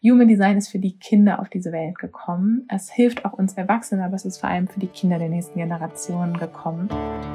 Human Design ist für die Kinder auf diese Welt gekommen. Es hilft auch uns Erwachsenen, aber es ist vor allem für die Kinder der nächsten Generationen gekommen.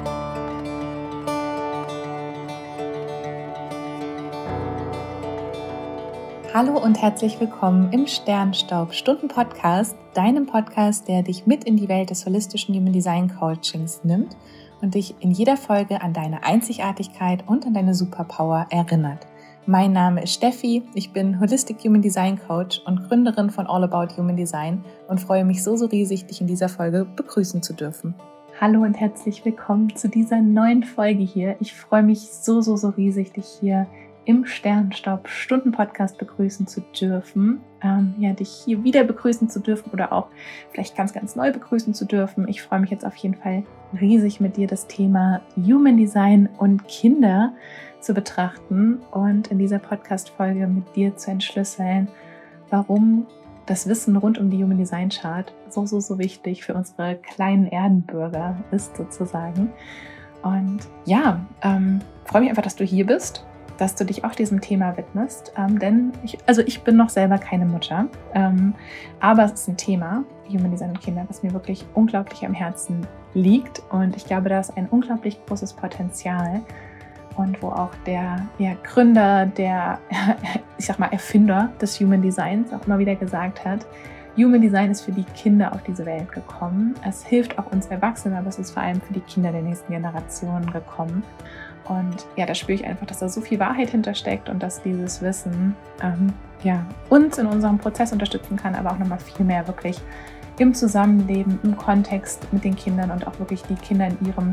Hallo und herzlich willkommen im Sternstaub-Stunden-Podcast, deinem Podcast, der dich mit in die Welt des holistischen Human Design Coachings nimmt und dich in jeder Folge an deine Einzigartigkeit und an deine Superpower erinnert. Mein Name ist Steffi, ich bin Holistic Human Design Coach und Gründerin von All About Human Design und freue mich so riesig, dich in dieser Folge begrüßen zu dürfen. Hallo und herzlich willkommen zu dieser neuen Folge hier. Ich freue mich so riesig, dich hier im Sternstaub-Stunden-Podcast begrüßen zu dürfen. Dich hier wieder begrüßen zu dürfen oder auch vielleicht ganz neu begrüßen zu dürfen. Ich freue mich jetzt auf jeden Fall riesig, mit dir das Thema Human Design und Kinder zu betrachten und in dieser Podcast-Folge mit dir zu entschlüsseln, warum das Wissen rund um die Human Design Chart so wichtig für unsere kleinen Erdenbürger ist sozusagen. Und freue mich einfach, dass du hier bist, dass du dich auch diesem Thema widmest, denn ich bin noch selber keine Mutter, aber es ist ein Thema, Human Design und Kinder, was mir wirklich unglaublich am Herzen liegt und ich glaube, da ist ein unglaublich großes Potenzial und wo auch der Gründer, der Erfinder des Human Designs auch immer wieder gesagt hat, Human Design ist für die Kinder auf diese Welt gekommen. Es hilft auch uns Erwachsenen, aber es ist vor allem für die Kinder der nächsten Generationen gekommen. Und da spüre ich einfach, dass da so viel Wahrheit hintersteckt und dass dieses Wissen uns in unserem Prozess unterstützen kann, aber auch nochmal viel mehr wirklich im Zusammenleben, im Kontext mit den Kindern und auch wirklich die Kinder in ihrem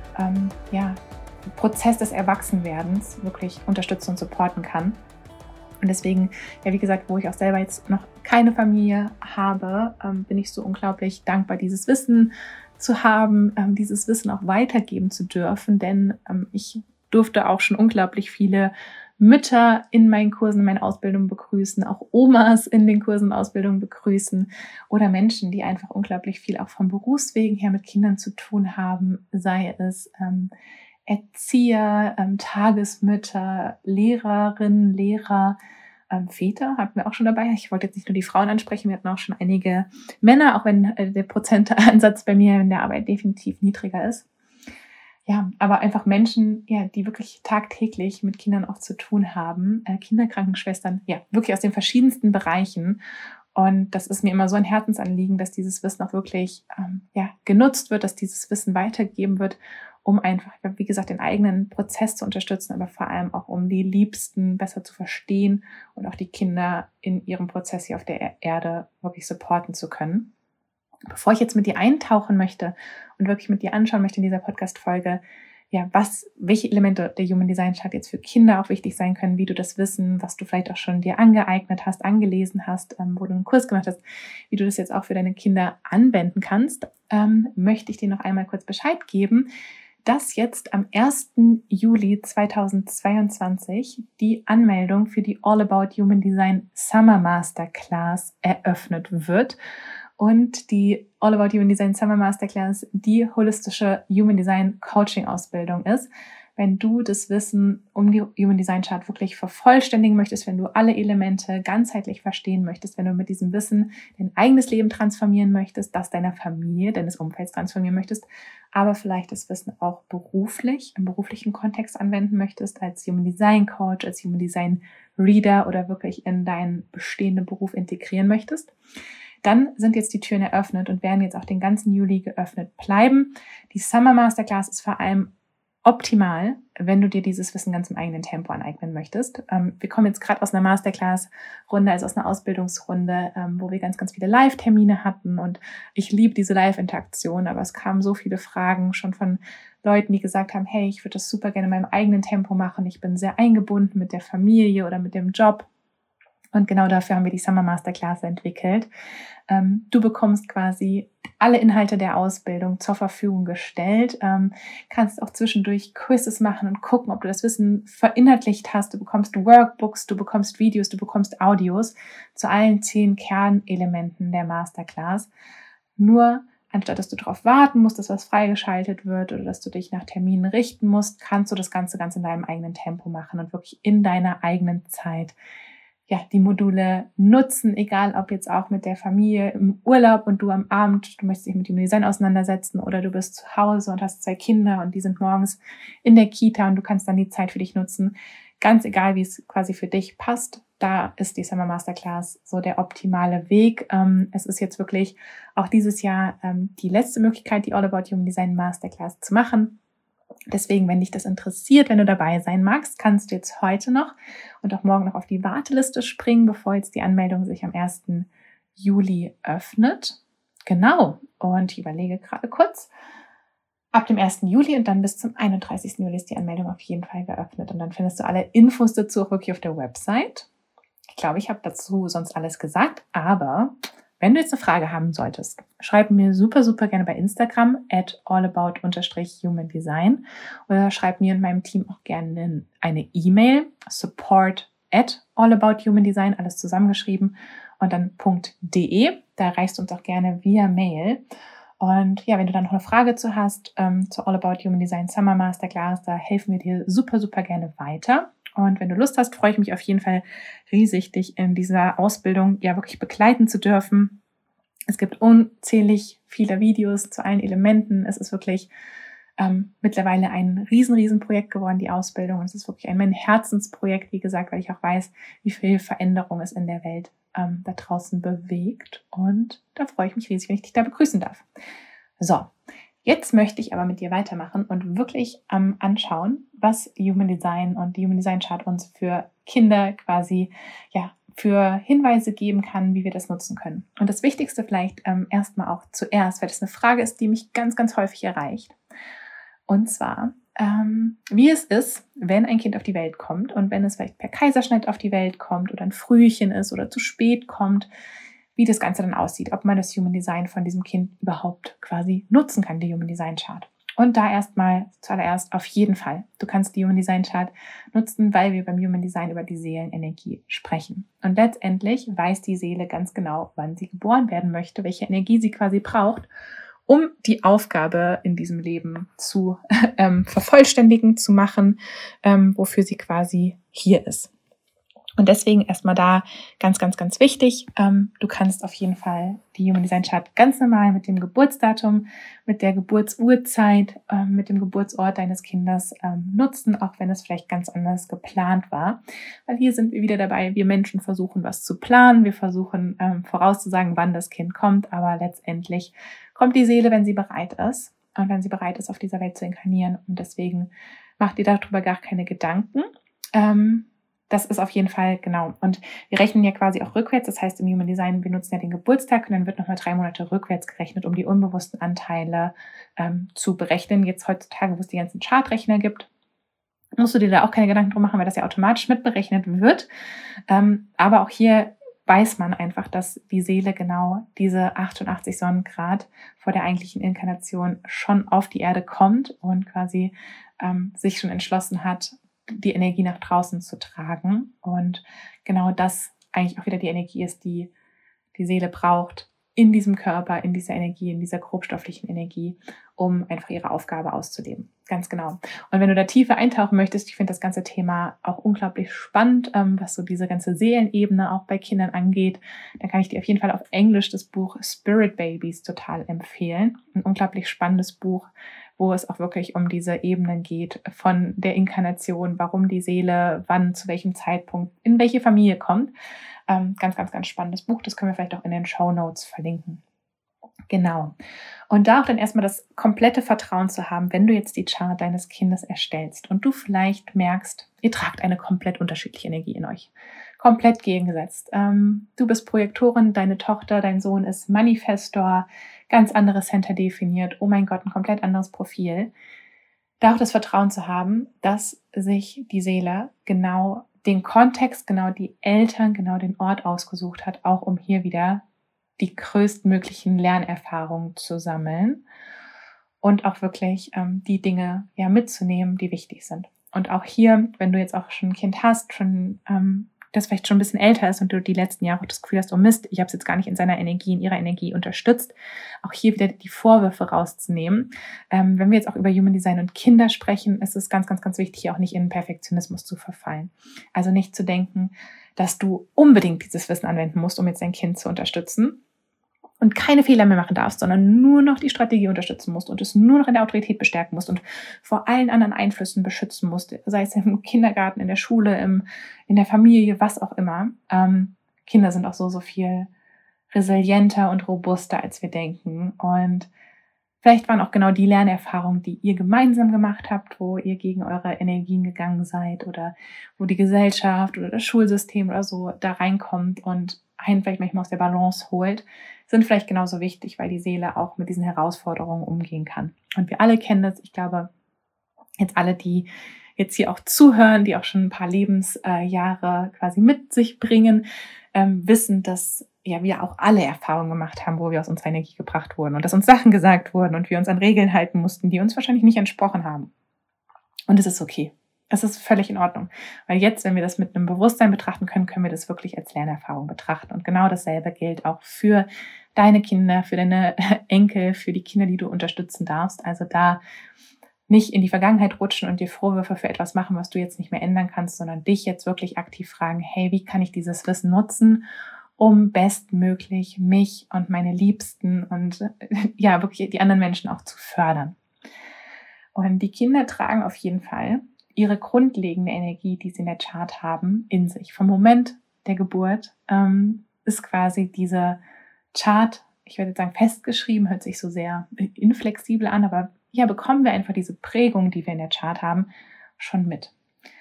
Prozess des Erwachsenwerdens wirklich unterstützen und supporten kann. Und deswegen, wie gesagt, wo ich auch selber jetzt noch keine Familie habe, bin ich so unglaublich dankbar, dieses Wissen zu haben, dieses Wissen auch weitergeben zu dürfen, denn ich durfte auch schon unglaublich viele Mütter in meinen Kursen, in meinen Ausbildungen begrüßen, auch Omas in den Kursen und Ausbildungen begrüßen oder Menschen, die einfach unglaublich viel auch vom Berufswegen her mit Kindern zu tun haben, sei es Erzieher, Tagesmütter, Lehrerinnen, Lehrer, Väter hatten wir auch schon dabei. Ich wollte jetzt nicht nur die Frauen ansprechen, wir hatten auch schon einige Männer, auch wenn der Prozentansatz bei mir in der Arbeit definitiv niedriger ist. Ja, aber einfach Menschen, die wirklich tagtäglich mit Kindern auch zu tun haben, Kinderkrankenschwestern, wirklich aus den verschiedensten Bereichen. Und das ist mir immer so ein Herzensanliegen, dass dieses Wissen auch wirklich genutzt wird, dass dieses Wissen weitergegeben wird, um einfach, wie gesagt, den eigenen Prozess zu unterstützen, aber vor allem auch, um die Liebsten besser zu verstehen und auch die Kinder in ihrem Prozess hier auf der Erde wirklich supporten zu können. Bevor ich jetzt mit dir eintauchen möchte und wirklich mit dir anschauen möchte in dieser Podcast-Folge, welche Elemente der Human Design Chart jetzt für Kinder auch wichtig sein können, wie du das Wissen, was du vielleicht auch schon dir angeeignet hast, angelesen hast, wo du einen Kurs gemacht hast, wie du das jetzt auch für deine Kinder anwenden kannst, möchte ich dir noch einmal kurz Bescheid geben, dass jetzt am 1. Juli 2022 die Anmeldung für die All About Human Design Summer Masterclass eröffnet wird. Und die All About Human Design Summer Masterclass die holistische Human Design Coaching Ausbildung ist. Wenn du das Wissen um die Human Design Chart wirklich vervollständigen möchtest, wenn du alle Elemente ganzheitlich verstehen möchtest, wenn du mit diesem Wissen dein eigenes Leben transformieren möchtest, das deiner Familie, deines Umfelds transformieren möchtest, aber vielleicht das Wissen auch beruflich, im beruflichen Kontext anwenden möchtest, als Human Design Coach, als Human Design Reader oder wirklich in deinen bestehenden Beruf integrieren möchtest, dann sind jetzt die Türen eröffnet und werden jetzt auch den ganzen Juli geöffnet bleiben. Die Summer Masterclass ist vor allem optimal, wenn du dir dieses Wissen ganz im eigenen Tempo aneignen möchtest. Wir kommen jetzt gerade aus einer Masterclass-Runde, also aus einer Ausbildungsrunde, wo wir ganz viele Live-Termine hatten und ich liebe diese Live-Interaktion, aber es kamen so viele Fragen schon von Leuten, die gesagt haben, hey, ich würde das super gerne in meinem eigenen Tempo machen, ich bin sehr eingebunden mit der Familie oder mit dem Job. Und genau dafür haben wir die Summer Masterclass entwickelt. Du bekommst quasi alle Inhalte der Ausbildung zur Verfügung gestellt, kannst auch zwischendurch Quizzes machen und gucken, ob du das Wissen verinnerlicht hast. Du bekommst Workbooks, du bekommst Videos, du bekommst Audios zu allen 10 Kernelementen der Masterclass. Nur anstatt dass du darauf warten musst, dass was freigeschaltet wird oder dass du dich nach Terminen richten musst, kannst du das Ganze ganz in deinem eigenen Tempo machen und wirklich in deiner eigenen Zeit. die Module nutzen, egal ob jetzt auch mit der Familie im Urlaub und du am Abend, du möchtest dich mit Human Design auseinandersetzen oder du bist zu Hause und hast 2 Kinder und die sind morgens in der Kita und du kannst dann die Zeit für dich nutzen. Ganz egal, wie es quasi für dich passt, da ist die Summer Masterclass so der optimale Weg. Es ist jetzt wirklich auch dieses Jahr die letzte Möglichkeit, die All About Human Design Masterclass zu machen. Deswegen, wenn dich das interessiert, wenn du dabei sein magst, kannst du jetzt heute noch und auch morgen noch auf die Warteliste springen, bevor jetzt die Anmeldung sich am 1. Juli öffnet. Genau, und ich überlege gerade kurz. Ab dem 1. Juli und dann bis zum 31. Juli ist die Anmeldung auf jeden Fall geöffnet. Und dann findest du alle Infos dazu auch wirklich auf der Website. Ich glaube, ich habe dazu sonst alles gesagt, aber wenn du jetzt eine Frage haben solltest, schreib mir super, super gerne bei Instagram @allabout_humandesign oder schreib mir und meinem Team auch gerne eine E-Mail, support@allabouthumandesign, alles zusammengeschrieben und dann .de. Da erreichst du uns auch gerne via Mail. Und ja, wenn du dann noch eine Frage zu hast, zur All About Human Design Summer Masterclass, da helfen wir dir super, super gerne weiter. Und wenn du Lust hast, freue ich mich auf jeden Fall riesig, dich in dieser Ausbildung ja wirklich begleiten zu dürfen. Es gibt unzählig viele Videos zu allen Elementen. Es ist wirklich mittlerweile ein riesen Projekt geworden, die Ausbildung. Und es ist wirklich mein Herzensprojekt, wie gesagt, weil ich auch weiß, wie viel Veränderung es in der Welt da draußen bewegt. Und da freue ich mich riesig, wenn ich dich da begrüßen darf. So, jetzt möchte ich aber mit dir weitermachen und wirklich anschauen, was Human Design und die Human Design Chart uns für Kinder quasi für Hinweise geben kann, wie wir das nutzen können. Und das Wichtigste vielleicht erstmal auch zuerst, weil das eine Frage ist, die mich ganz, ganz häufig erreicht. Und zwar, wie es ist, wenn ein Kind auf die Welt kommt und wenn es vielleicht per Kaiserschnitt auf die Welt kommt oder ein Frühchen ist oder zu spät kommt, wie das Ganze dann aussieht, ob man das Human Design von diesem Kind überhaupt quasi nutzen kann, die Human Design Chart. Und da erstmal zuallererst auf jeden Fall. Du kannst die Human Design Chart nutzen, weil wir beim Human Design über die Seelenenergie sprechen. Und letztendlich weiß die Seele ganz genau, wann sie geboren werden möchte, welche Energie sie quasi braucht, um die Aufgabe in diesem Leben zu vervollständigen, zu machen, wofür sie quasi hier ist. Und deswegen erstmal da ganz, ganz, ganz wichtig. Du kannst auf jeden Fall die Human Design Chart ganz normal mit dem Geburtsdatum, mit der Geburtsurzeit, mit dem Geburtsort deines Kindes nutzen, auch wenn es vielleicht ganz anders geplant war. Weil hier sind wir wieder dabei, wir Menschen versuchen was zu planen, wir versuchen vorauszusagen, wann das Kind kommt, aber letztendlich kommt die Seele, wenn sie bereit ist und wenn sie bereit ist, auf dieser Welt zu inkarnieren. Und deswegen macht ihr darüber gar keine Gedanken. Das ist auf jeden Fall genau. Und wir rechnen ja quasi auch rückwärts. Das heißt, im Human Design, wir nutzen ja den Geburtstag und dann wird nochmal 3 Monate rückwärts gerechnet, um die unbewussten Anteile zu berechnen. Jetzt heutzutage, wo es die ganzen Chartrechner gibt, musst du dir da auch keine Gedanken drum machen, weil das ja automatisch mitberechnet wird. Aber auch hier weiß man einfach, dass die Seele genau diese 88 Sonnengrad vor der eigentlichen Inkarnation schon auf die Erde kommt und quasi sich schon entschlossen hat, die Energie nach draußen zu tragen. Und genau das eigentlich auch wieder die Energie ist, die die Seele braucht in diesem Körper, in dieser Energie, in dieser grobstofflichen Energie, um einfach ihre Aufgabe auszuleben. Ganz genau. Und wenn du da tiefer eintauchen möchtest, ich finde das ganze Thema auch unglaublich spannend, was so diese ganze Seelenebene auch bei Kindern angeht, dann kann ich dir auf jeden Fall auf Englisch das Buch Spirit Babies total empfehlen. Ein unglaublich spannendes Buch, wo es auch wirklich um diese Ebenen geht von der Inkarnation, warum die Seele wann, zu welchem Zeitpunkt, in welche Familie kommt. Ganz, ganz, ganz spannendes Buch. Das können wir vielleicht auch in den Shownotes verlinken. Genau. Und da auch dann erstmal das komplette Vertrauen zu haben, wenn du jetzt die Chart deines Kindes erstellst und du vielleicht merkst, ihr tragt eine komplett unterschiedliche Energie in euch. Komplett gegengesetzt. Du bist Projektorin, deine Tochter, dein Sohn ist Manifestor, ganz anderes Center definiert. Oh mein Gott, ein komplett anderes Profil. Da auch das Vertrauen zu haben, dass sich die Seele genau den Kontext, genau die Eltern, genau den Ort ausgesucht hat, auch um hier wieder die größtmöglichen Lernerfahrungen zu sammeln und auch wirklich die Dinge mitzunehmen, die wichtig sind. Und auch hier, wenn du jetzt auch schon ein Kind hast, schon das vielleicht schon ein bisschen älter ist und du die letzten Jahre das Gefühl hast, oh Mist, ich habe es jetzt gar nicht in seiner Energie, in ihrer Energie unterstützt, auch hier wieder die Vorwürfe rauszunehmen. Wenn wir jetzt auch über Human Design und Kinder sprechen, ist es ganz, ganz, ganz wichtig, hier auch nicht in Perfektionismus zu verfallen. Also nicht zu denken, dass du unbedingt dieses Wissen anwenden musst, um jetzt dein Kind zu unterstützen und keine Fehler mehr machen darfst, sondern nur noch die Strategie unterstützen musst und es nur noch in der Autorität bestärken musst und vor allen anderen Einflüssen beschützen musst, sei es im Kindergarten, in der Schule, in der Familie, was auch immer. Kinder sind auch so viel resilienter und robuster, als wir denken. Und vielleicht waren auch genau die Lernerfahrungen, die ihr gemeinsam gemacht habt, wo ihr gegen eure Energien gegangen seid oder wo die Gesellschaft oder das Schulsystem oder so da reinkommt und einen vielleicht manchmal aus der Balance holt, sind vielleicht genauso wichtig, weil die Seele auch mit diesen Herausforderungen umgehen kann. Und wir alle kennen das. Ich glaube, jetzt alle, die jetzt hier auch zuhören, die auch schon ein paar Lebensjahre quasi mit sich bringen, wissen, dass wir auch alle Erfahrungen gemacht haben, wo wir aus unserer Energie gebracht wurden und dass uns Sachen gesagt wurden und wir uns an Regeln halten mussten, die uns wahrscheinlich nicht entsprochen haben. Und es ist okay. Es ist völlig in Ordnung. Weil jetzt, wenn wir das mit einem Bewusstsein betrachten können, können wir das wirklich als Lernerfahrung betrachten. Und genau dasselbe gilt auch für deine Kinder, für deine Enkel, für die Kinder, die du unterstützen darfst. Also da nicht in die Vergangenheit rutschen und dir Vorwürfe für etwas machen, was du jetzt nicht mehr ändern kannst, sondern dich jetzt wirklich aktiv fragen, hey, wie kann ich dieses Wissen nutzen, um bestmöglich mich und meine Liebsten und wirklich die anderen Menschen auch zu fördern. Und die Kinder tragen auf jeden Fall ihre grundlegende Energie, die sie in der Chart haben, in sich. Vom Moment der Geburt ist quasi diese Chart, ich würde jetzt sagen festgeschrieben, hört sich so sehr inflexibel an, aber bekommen wir einfach diese Prägung, die wir in der Chart haben, schon mit.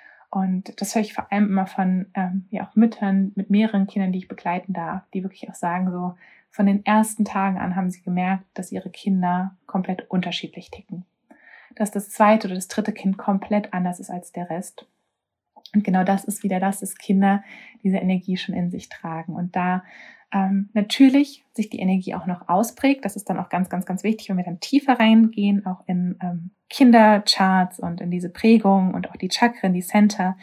Und das höre ich vor allem immer von auch Müttern mit mehreren Kindern, die ich begleiten darf, die wirklich auch sagen, so von den ersten Tagen an haben sie gemerkt, dass ihre Kinder komplett unterschiedlich ticken. Dass das zweite oder das dritte Kind komplett anders ist als der Rest. Und genau das ist wieder das, dass Kinder diese Energie schon in sich tragen. Und da natürlich sich die Energie auch noch ausprägt. Das ist dann auch ganz, ganz, ganz wichtig, wenn wir dann tiefer reingehen, auch in Kindercharts und in diese Prägung und auch die Chakren, die Center.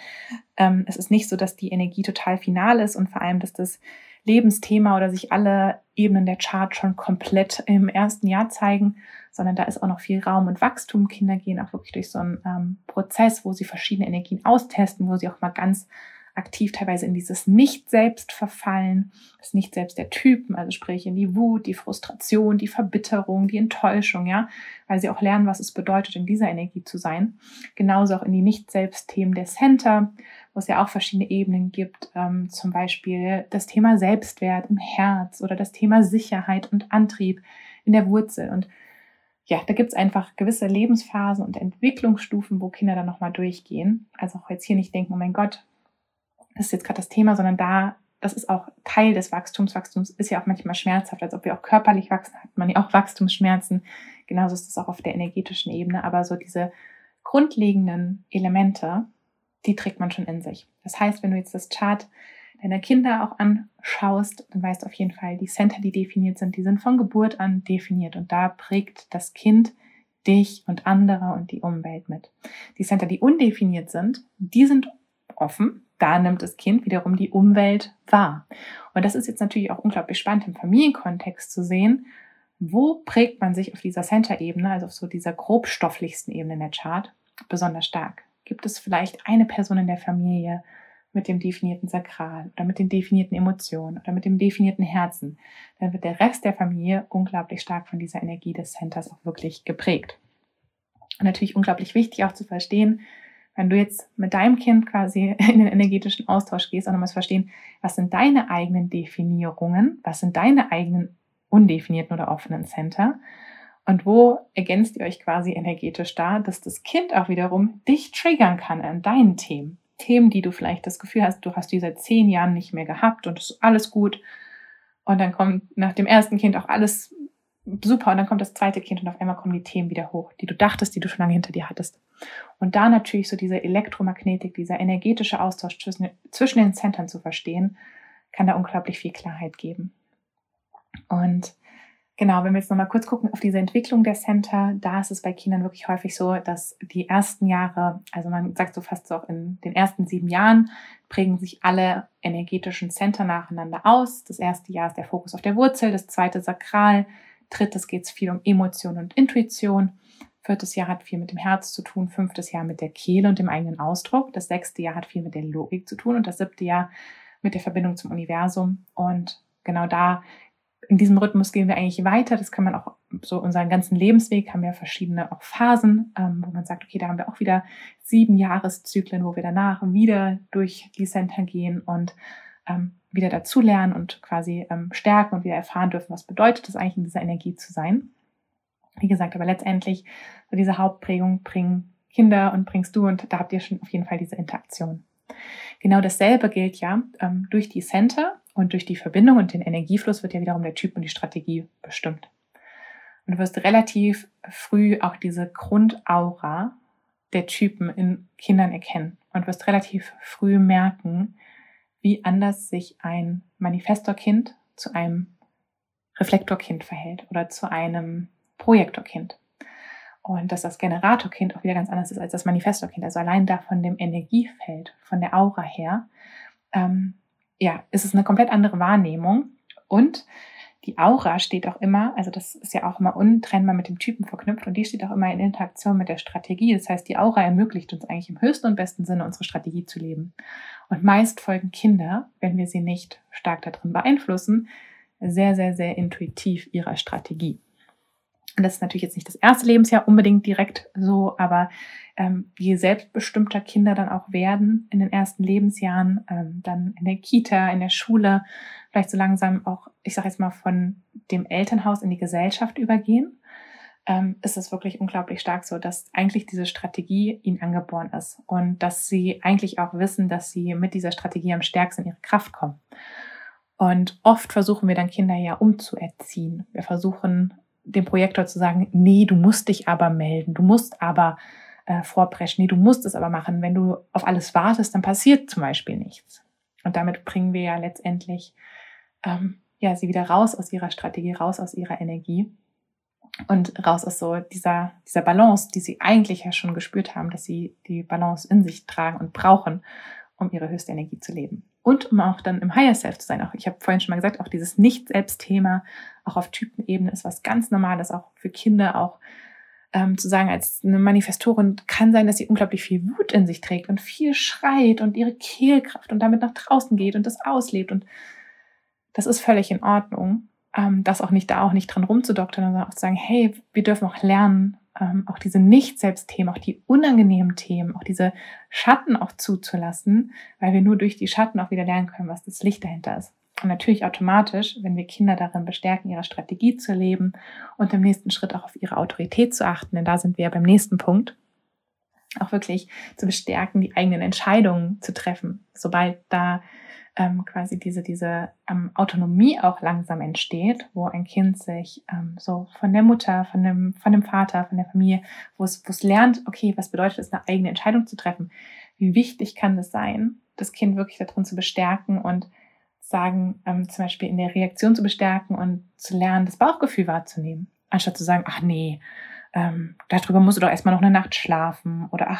Es ist nicht so, dass die Energie total final ist und vor allem, dass das Lebensthema oder sich alle Ebenen der Chart schon komplett im ersten Jahr zeigen, sondern da ist auch noch viel Raum und Wachstum. Kinder gehen auch wirklich durch so einen Prozess, wo sie verschiedene Energien austesten, wo sie auch mal ganz aktiv teilweise in dieses Nicht-Selbst verfallen, das Nicht-Selbst der Typen, also sprich in die Wut, die Frustration, die Verbitterung, die Enttäuschung, weil sie auch lernen, was es bedeutet, in dieser Energie zu sein. Genauso auch in die Nicht-Selbst-Themen der Center, wo es ja auch verschiedene Ebenen gibt, zum Beispiel das Thema Selbstwert im Herz oder das Thema Sicherheit und Antrieb in der Wurzel. Und da gibt es einfach gewisse Lebensphasen und Entwicklungsstufen, wo Kinder dann nochmal durchgehen. Also auch jetzt hier nicht denken, oh mein Gott, das ist jetzt gerade das Thema, sondern das ist auch Teil des Wachstums. Wachstum ist ja auch manchmal schmerzhaft, als ob wir auch körperlich wachsen, hat man ja auch Wachstumsschmerzen. Genauso ist das auch auf der energetischen Ebene. Aber so diese grundlegenden Elemente, die trägt man schon in sich. Das heißt, wenn du jetzt das Chart deiner Kinder auch anschaust, dann weißt du auf jeden Fall, die Center, die definiert sind, die sind von Geburt an definiert. Und da prägt das Kind dich und andere und die Umwelt mit. Die Center, die undefiniert sind, die sind offen. Da nimmt das Kind wiederum die Umwelt wahr. Und das ist jetzt natürlich auch unglaublich spannend im Familienkontext zu sehen, wo prägt man sich auf dieser Center-Ebene, also auf so dieser grobstofflichsten Ebene in der Chart, besonders stark. Gibt es vielleicht eine Person in der Familie mit dem definierten Sakral oder mit den definierten Emotionen oder mit dem definierten Herzen, dann wird der Rest der Familie unglaublich stark von dieser Energie des Centers auch wirklich geprägt. Und natürlich unglaublich wichtig auch zu verstehen, wenn du jetzt mit deinem Kind quasi in den energetischen Austausch gehst, auch nochmal zu verstehen, was sind deine eigenen Definierungen, was sind deine eigenen undefinierten oder offenen Center und wo ergänzt ihr euch quasi energetisch da, dass das Kind auch wiederum dich triggern kann an deinen Themen. Themen, die du vielleicht das Gefühl hast, du hast die seit 10 Jahren nicht mehr gehabt und es ist alles gut. Und dann kommt nach dem ersten Kind auch alles super und dann kommt das zweite Kind und auf einmal kommen die Themen wieder hoch, die du dachtest, die du schon lange hinter dir hattest. Und da natürlich so diese Elektromagnetik, dieser energetische Austausch zwischen den Centern zu verstehen, kann da unglaublich viel Klarheit geben. Und genau, wenn wir jetzt nochmal kurz gucken auf diese Entwicklung der Center, da ist es bei Kindern wirklich häufig so, dass die ersten Jahre, also man sagt so fast so auch in den ersten 7 Jahren, prägen sich alle energetischen Center nacheinander aus. Das erste Jahr ist der Fokus auf der Wurzel, das zweite Sakral, drittes geht es viel um Emotion und Intuition. 4. Jahr hat viel mit dem Herz zu tun, 5. Jahr mit der Kehle und dem eigenen Ausdruck. Das 6. Jahr hat viel mit der Logik zu tun und das 7. Jahr mit der Verbindung zum Universum. Und genau da, in diesem Rhythmus gehen wir eigentlich weiter. Das kann man auch so unseren ganzen Lebensweg, haben wir verschiedene auch Phasen, wo man sagt, okay, da haben wir auch wieder 7 Jahreszyklen, wo wir danach wieder durch die Center gehen und wieder dazulernen und quasi stärken und wieder erfahren dürfen, was bedeutet es eigentlich, in dieser Energie zu sein. Wie gesagt, aber letztendlich so diese Hauptprägung bringen Kinder und bringst du, und da habt ihr schon auf jeden Fall diese Interaktion. Genau dasselbe gilt ja durch die Center und durch die Verbindung und den Energiefluss wird ja wiederum der Typ und die Strategie bestimmt. Und du wirst relativ früh auch diese Grundaura der Typen in Kindern erkennen und wirst relativ früh merken, wie anders sich ein Manifestorkind zu einem Reflektorkind verhält oder zu einem Projektorkind. Und dass das Generatorkind auch wieder ganz anders ist als das Manifestorkind. Also allein da von dem Energiefeld, von der Aura her, ist es eine komplett andere Wahrnehmung. Und die Aura steht auch immer, also das ist ja auch immer untrennbar mit dem Typen verknüpft und die steht auch immer in Interaktion mit der Strategie. Das heißt, die Aura ermöglicht uns eigentlich im höchsten und besten Sinne, unsere Strategie zu leben. Und meist folgen Kinder, wenn wir sie nicht stark darin beeinflussen, sehr, sehr, sehr intuitiv ihrer Strategie. Und das ist natürlich jetzt nicht das erste Lebensjahr unbedingt direkt so, aber je selbstbestimmter Kinder dann auch werden in den ersten Lebensjahren, dann in der Kita, in der Schule, vielleicht so langsam auch, ich sage jetzt mal, von dem Elternhaus in die Gesellschaft übergehen, ist es wirklich unglaublich stark so, dass eigentlich diese Strategie ihnen angeboren ist und dass sie eigentlich auch wissen, dass sie mit dieser Strategie am stärksten in ihre Kraft kommen. Und oft versuchen wir dann Kinder ja umzuerziehen. Wir versuchen dem Projektor zu sagen, nee, du musst dich aber melden, du musst aber vorpreschen, nee, du musst es aber machen. Wenn du auf alles wartest, dann passiert zum Beispiel nichts. Und damit bringen wir ja letztendlich sie wieder raus aus ihrer Strategie, raus aus ihrer Energie und raus aus so dieser Balance, die sie eigentlich ja schon gespürt haben, dass sie die Balance in sich tragen und brauchen, um ihre höchste Energie zu leben. Und um auch dann im Higher Self zu sein. Auch ich habe vorhin schon mal gesagt, auch dieses Nicht-Selbst-Thema, auch auf Typenebene ist was ganz Normales, auch für Kinder auch zu sagen, als eine Manifestorin kann sein, dass sie unglaublich viel Wut in sich trägt und viel schreit und ihre Kehlkraft und damit nach draußen geht und das auslebt. Und das ist völlig in Ordnung, das auch nicht dran rumzudoktern, sondern auch zu sagen, hey, wir dürfen auch lernen, auch diese Nicht-Selbst-Themen, auch die unangenehmen Themen, auch diese Schatten auch zuzulassen, weil wir nur durch die Schatten auch wieder lernen können, was das Licht dahinter ist. Und natürlich automatisch, wenn wir Kinder darin bestärken, ihre Strategie zu leben und im nächsten Schritt auch auf ihre Autorität zu achten, denn da sind wir ja beim nächsten Punkt, auch wirklich zu bestärken, die eigenen Entscheidungen zu treffen, sobald da quasi diese Autonomie auch langsam entsteht, wo ein Kind sich so von der Mutter, von dem Vater, von der Familie, wo es lernt, okay, was bedeutet es, eine eigene Entscheidung zu treffen? Wie wichtig kann es sein, das Kind wirklich darin zu bestärken und sagen, zum Beispiel in der Reaktion zu bestärken und zu lernen, das Bauchgefühl wahrzunehmen, anstatt zu sagen, ach nee, darüber musst du doch erstmal noch eine Nacht schlafen oder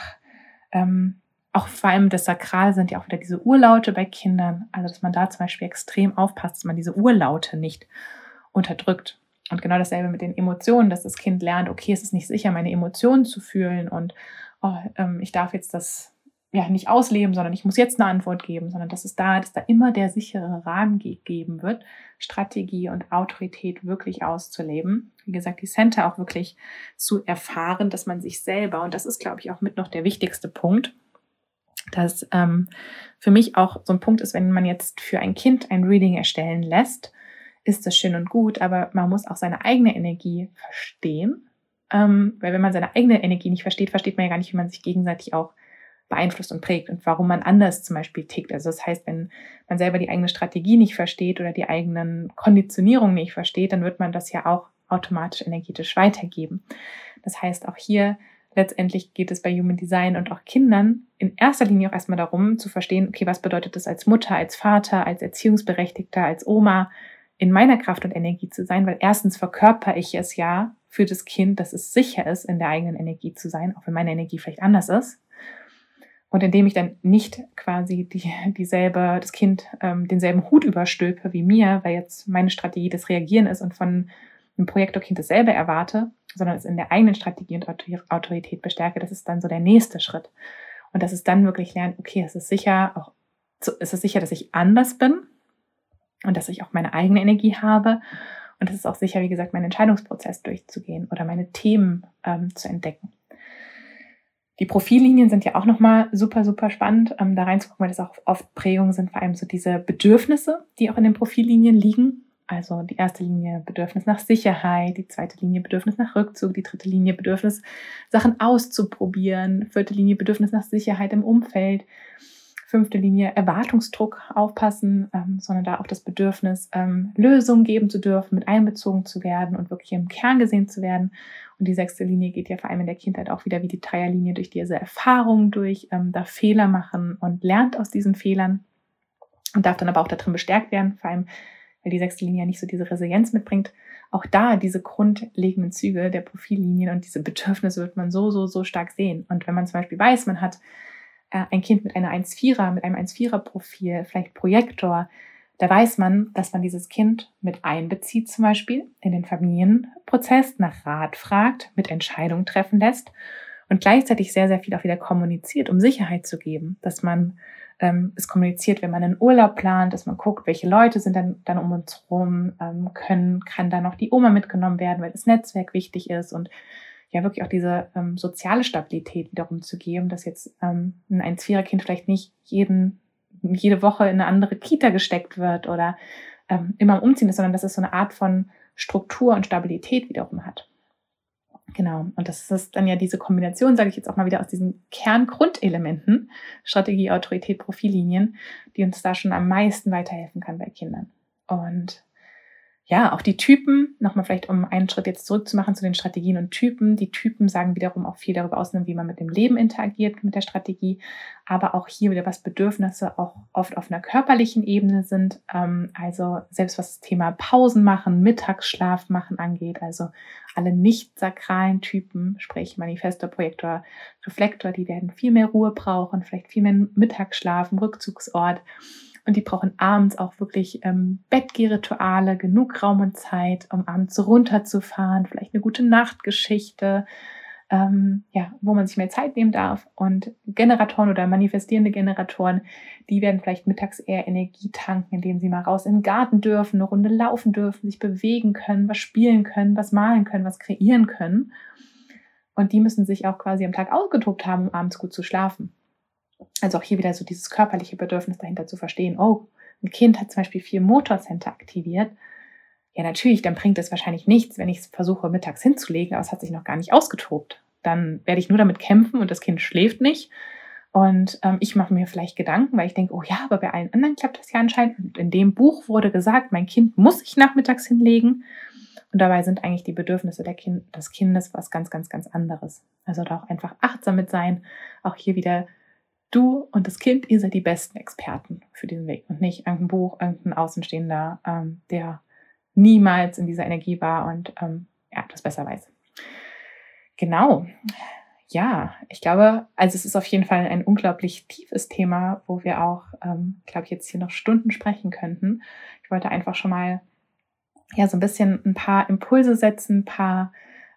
auch vor allem das Sakral sind ja auch wieder diese Urlaute bei Kindern, also dass man da zum Beispiel extrem aufpasst, dass man diese Urlaute nicht unterdrückt. Und genau dasselbe mit den Emotionen, dass das Kind lernt, okay, es ist nicht sicher, meine Emotionen zu fühlen und ich darf jetzt das nicht ausleben, sondern ich muss jetzt eine Antwort geben, sondern dass da immer der sichere Rahmen gegeben wird, Strategie und Autorität wirklich auszuleben. Wie gesagt, die Center auch wirklich zu erfahren, dass man sich selber, und das ist, glaube ich, auch mit noch der wichtigste Punkt, dass für mich auch so ein Punkt ist, wenn man jetzt für ein Kind ein Reading erstellen lässt, ist das schön und gut, aber man muss auch seine eigene Energie verstehen, weil wenn man seine eigene Energie nicht versteht, versteht man ja gar nicht, wie man sich gegenseitig auch beeinflusst und prägt und warum man anders zum Beispiel tickt. Also das heißt, wenn man selber die eigene Strategie nicht versteht oder die eigenen Konditionierungen nicht versteht, dann wird man das ja auch automatisch energetisch weitergeben. Das heißt, auch hier letztendlich geht es bei Human Design und auch Kindern in erster Linie auch erstmal darum zu verstehen, okay, was bedeutet es als Mutter, als Vater, als Erziehungsberechtigter, als Oma in meiner Kraft und Energie zu sein, weil erstens verkörper ich es ja für das Kind, dass es sicher ist, in der eigenen Energie zu sein, auch wenn meine Energie vielleicht anders ist. Und indem ich dann nicht quasi das Kind denselben Hut überstülpe wie mir, weil jetzt meine Strategie das Reagieren ist und von einem Projektorkind dasselbe erwarte, sondern es in der eigenen Strategie und Autorität bestärke, das ist dann so der nächste Schritt. Und dass es dann wirklich lernt, okay, es ist sicher, auch ist es sicher, dass ich anders bin und dass ich auch meine eigene Energie habe. Und es ist auch sicher, wie gesagt, meinen Entscheidungsprozess durchzugehen oder meine Themen zu entdecken. Die Profillinien sind ja auch nochmal super, super spannend, da reinzugucken, weil das auch oft Prägungen sind, vor allem so diese Bedürfnisse, die auch in den Profillinien liegen. Also die erste Linie Bedürfnis nach Sicherheit, die zweite Linie Bedürfnis nach Rückzug, die dritte Linie Bedürfnis, Sachen auszuprobieren, vierte Linie Bedürfnis nach Sicherheit im Umfeld, fünfte Linie Erwartungsdruck, aufpassen, sondern da auch das Bedürfnis, Lösungen geben zu dürfen, mit einbezogen zu werden und wirklich im Kern gesehen zu werden. Und die sechste Linie geht ja vor allem in der Kindheit auch wieder wie die Dreierlinie durch diese Erfahrungen durch, da Fehler machen und lernt aus diesen Fehlern und darf dann aber auch darin bestärkt werden, vor allem weil die sechste Linie ja nicht so diese Resilienz mitbringt. Auch da diese grundlegenden Züge der Profillinien und diese Bedürfnisse wird man so stark sehen. Und wenn man zum Beispiel weiß, man hat ein Kind mit einer 1,4er, mit einem 1,4er-Profil, vielleicht Projektor, da weiß man, dass man dieses Kind mit einbezieht, zum Beispiel in den Familienprozess, nach Rat fragt, mit Entscheidungen treffen lässt und gleichzeitig sehr, sehr viel auch wieder kommuniziert, um Sicherheit zu geben, dass man es kommuniziert, wenn man einen Urlaub plant, dass man guckt, welche Leute sind dann um uns rum, kann da noch die Oma mitgenommen werden, weil das Netzwerk wichtig ist und ja wirklich auch diese soziale Stabilität wiederum zu geben, dass jetzt ein 1,4er-Kind vielleicht nicht jede Woche in eine andere Kita gesteckt wird oder immer am Umziehen ist, sondern dass es so eine Art von Struktur und Stabilität wiederum hat. Genau, und das ist dann ja diese Kombination, sage ich jetzt auch mal wieder, aus diesen Kerngrundelementen, Strategie, Autorität, Profillinien, die uns da schon am meisten weiterhelfen kann bei Kindern. Und ja, auch die Typen, nochmal vielleicht um einen Schritt jetzt zurückzumachen zu den Strategien und Typen. Die Typen sagen wiederum auch viel darüber aus, wie man mit dem Leben interagiert, mit der Strategie. Aber auch hier wieder, was Bedürfnisse auch oft auf einer körperlichen Ebene sind. Also selbst was das Thema Pausen machen, Mittagsschlaf machen angeht. Also alle nicht sakralen Typen, sprich Manifestor, Projektor, Reflektor, die werden viel mehr Ruhe brauchen, vielleicht viel mehr Mittagsschlaf, einen Rückzugsort. Und die brauchen abends auch wirklich Bettgehrituale, genug Raum und Zeit, um abends runterzufahren, vielleicht eine gute Nachtgeschichte, wo man sich mehr Zeit nehmen darf. Und Generatoren oder manifestierende Generatoren, die werden vielleicht mittags eher Energie tanken, indem sie mal raus in den Garten dürfen, eine Runde laufen dürfen, sich bewegen können, was spielen können, was malen können, was kreieren können. Und die müssen sich auch quasi am Tag ausgetobt haben, um abends gut zu schlafen. Also auch hier wieder so dieses körperliche Bedürfnis dahinter zu verstehen. Oh, ein Kind hat zum Beispiel 4 Motorcenter aktiviert. Ja, natürlich, dann bringt es wahrscheinlich nichts, wenn ich es versuche, mittags hinzulegen, aber es hat sich noch gar nicht ausgetobt. Dann werde ich nur damit kämpfen und das Kind schläft nicht. Und ich mache mir vielleicht Gedanken, weil ich denke, oh ja, aber bei allen anderen klappt das ja anscheinend. Und in dem Buch wurde gesagt, mein Kind muss sich nachmittags hinlegen. Und dabei sind eigentlich die Bedürfnisse des Kindes was ganz, ganz, ganz anderes. Also da auch einfach achtsam mit sein. Auch hier wieder du und das Kind, ihr seid die besten Experten für diesen Weg und nicht irgendein Buch, irgendein Außenstehender, der niemals in dieser Energie war und das besser weiß. Genau. Ja, ich glaube, also es ist auf jeden Fall ein unglaublich tiefes Thema, wo wir auch, glaube ich, jetzt hier noch Stunden sprechen könnten. Ich wollte einfach schon mal so ein bisschen ein paar Impulse setzen, ein paar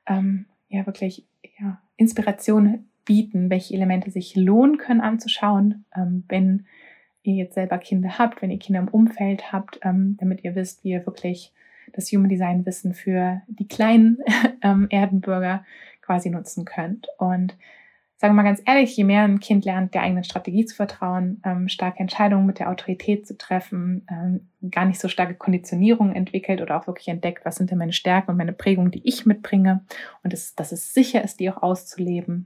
Inspirationen bieten, welche Elemente sich lohnen können anzuschauen, wenn ihr jetzt selber Kinder habt, wenn ihr Kinder im Umfeld habt, damit ihr wisst, wie ihr wirklich das Human Design Wissen für die kleinen Erdenbürger quasi nutzen könnt. Und sagen wir mal ganz ehrlich, je mehr ein Kind lernt, der eigenen Strategie zu vertrauen, starke Entscheidungen mit der Autorität zu treffen, gar nicht so starke Konditionierungen entwickelt oder auch wirklich entdeckt, was sind denn meine Stärken und meine Prägungen, die ich mitbringe und dass es sicher ist, die auch auszuleben,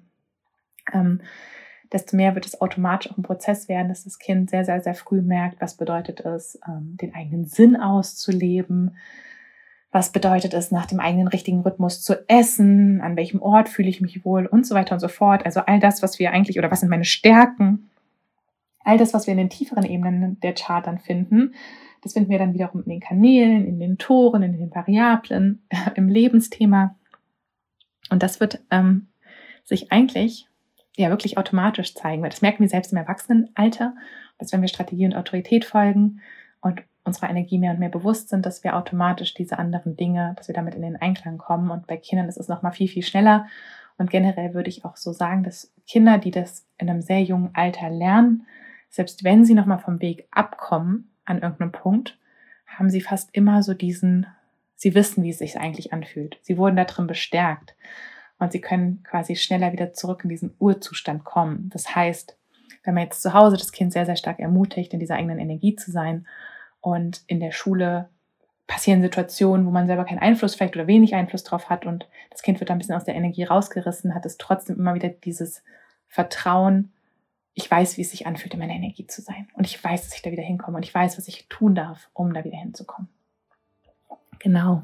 desto mehr wird es automatisch auch ein Prozess werden, dass das Kind sehr, sehr, sehr früh merkt, was bedeutet es, den eigenen Sinn auszuleben, was bedeutet es, nach dem eigenen richtigen Rhythmus zu essen, an welchem Ort fühle ich mich wohl und so weiter und so fort. Also all das, was wir eigentlich, oder was sind meine Stärken, all das, was wir in den tieferen Ebenen der Chart dann finden, das finden wir dann wiederum in den Kanälen, in den Toren, in den Variablen, im Lebensthema. Und das wird sich eigentlich wirklich automatisch zeigen, weil das merken wir selbst im Erwachsenenalter, dass wenn wir Strategie und Autorität folgen und unserer Energie mehr und mehr bewusst sind, dass wir automatisch diese anderen Dinge, dass wir damit in den Einklang kommen. Und bei Kindern ist es nochmal viel, viel schneller. Und generell würde ich auch so sagen, dass Kinder, die das in einem sehr jungen Alter lernen, selbst wenn sie nochmal vom Weg abkommen an irgendeinem Punkt, haben sie fast immer so sie wissen, wie es sich eigentlich anfühlt. Sie wurden da drin bestärkt und sie können quasi schneller wieder zurück in diesen Urzustand kommen. Das heißt, wenn man jetzt zu Hause das Kind sehr, sehr stark ermutigt, in dieser eigenen Energie zu sein und in der Schule passieren Situationen, wo man selber keinen Einfluss vielleicht oder wenig Einfluss drauf hat und das Kind wird da ein bisschen aus der Energie rausgerissen, hat es trotzdem immer wieder dieses Vertrauen, ich weiß, wie es sich anfühlt, in meiner Energie zu sein und ich weiß, dass ich da wieder hinkomme und ich weiß, was ich tun darf, um da wieder hinzukommen. Genau.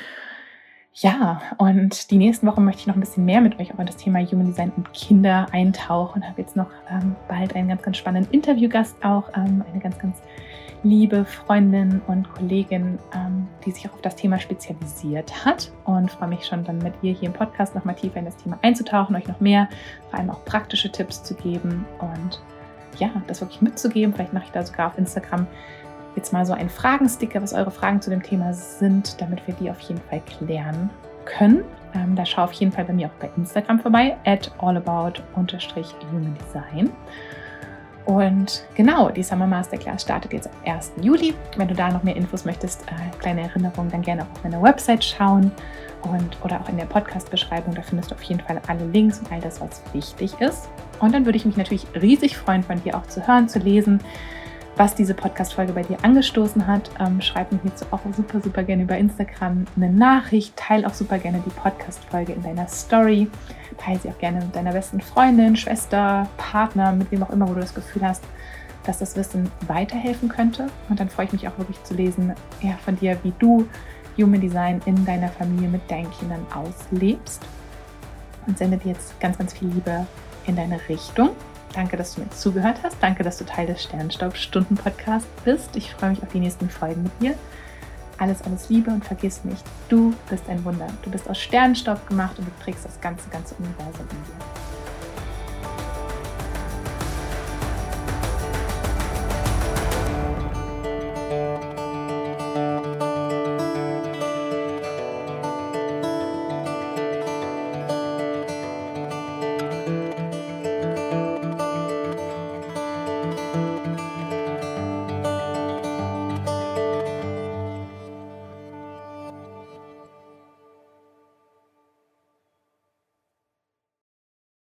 Ja, und die nächsten Wochen möchte ich noch ein bisschen mehr mit euch auch in das Thema Human Design und Kinder eintauchen und habe jetzt noch bald einen ganz, ganz spannenden Interviewgast auch, eine ganz, ganz liebe Freundin und Kollegin, die sich auch auf das Thema spezialisiert hat und freue mich schon dann mit ihr hier im Podcast noch mal tiefer in das Thema einzutauchen, euch noch mehr, vor allem auch praktische Tipps zu geben und ja, das wirklich mitzugeben. Vielleicht mache ich da sogar auf Instagram jetzt mal so einen Fragensticker, was eure Fragen zu dem Thema sind, damit wir die auf jeden Fall klären können. Da schau auf jeden Fall bei mir auch bei Instagram vorbei, @allabout_humandesign. Und genau, die Summer Masterclass startet jetzt am 1. Juli. Wenn du da noch mehr Infos möchtest, kleine Erinnerungen, dann gerne auch auf meiner Website schauen oder auch in der Podcast-Beschreibung. Da findest du auf jeden Fall alle Links und all das, was wichtig ist. Und dann würde ich mich natürlich riesig freuen, von dir auch zu hören, zu lesen, was diese Podcast-Folge bei dir angestoßen hat. Schreib mir hierzu auch super, super gerne über Instagram eine Nachricht. Teile auch super gerne die Podcast-Folge in deiner Story. Teile sie auch gerne mit deiner besten Freundin, Schwester, Partner, mit wem auch immer, wo du das Gefühl hast, dass das Wissen weiterhelfen könnte. Und dann freue ich mich auch wirklich zu lesen, ja, von dir, wie du Human Design in deiner Familie mit deinen Kindern auslebst. Und sende dir jetzt ganz, ganz viel Liebe in deine Richtung. Danke, dass du mir zugehört hast. Danke, dass du Teil des Sternstaub-Stunden-Podcasts bist. Ich freue mich auf die nächsten Folgen mit dir. Alles, alles Liebe und vergiss nicht, du bist ein Wunder. Du bist aus Sternstaub gemacht und du trägst das ganze Universum in dir.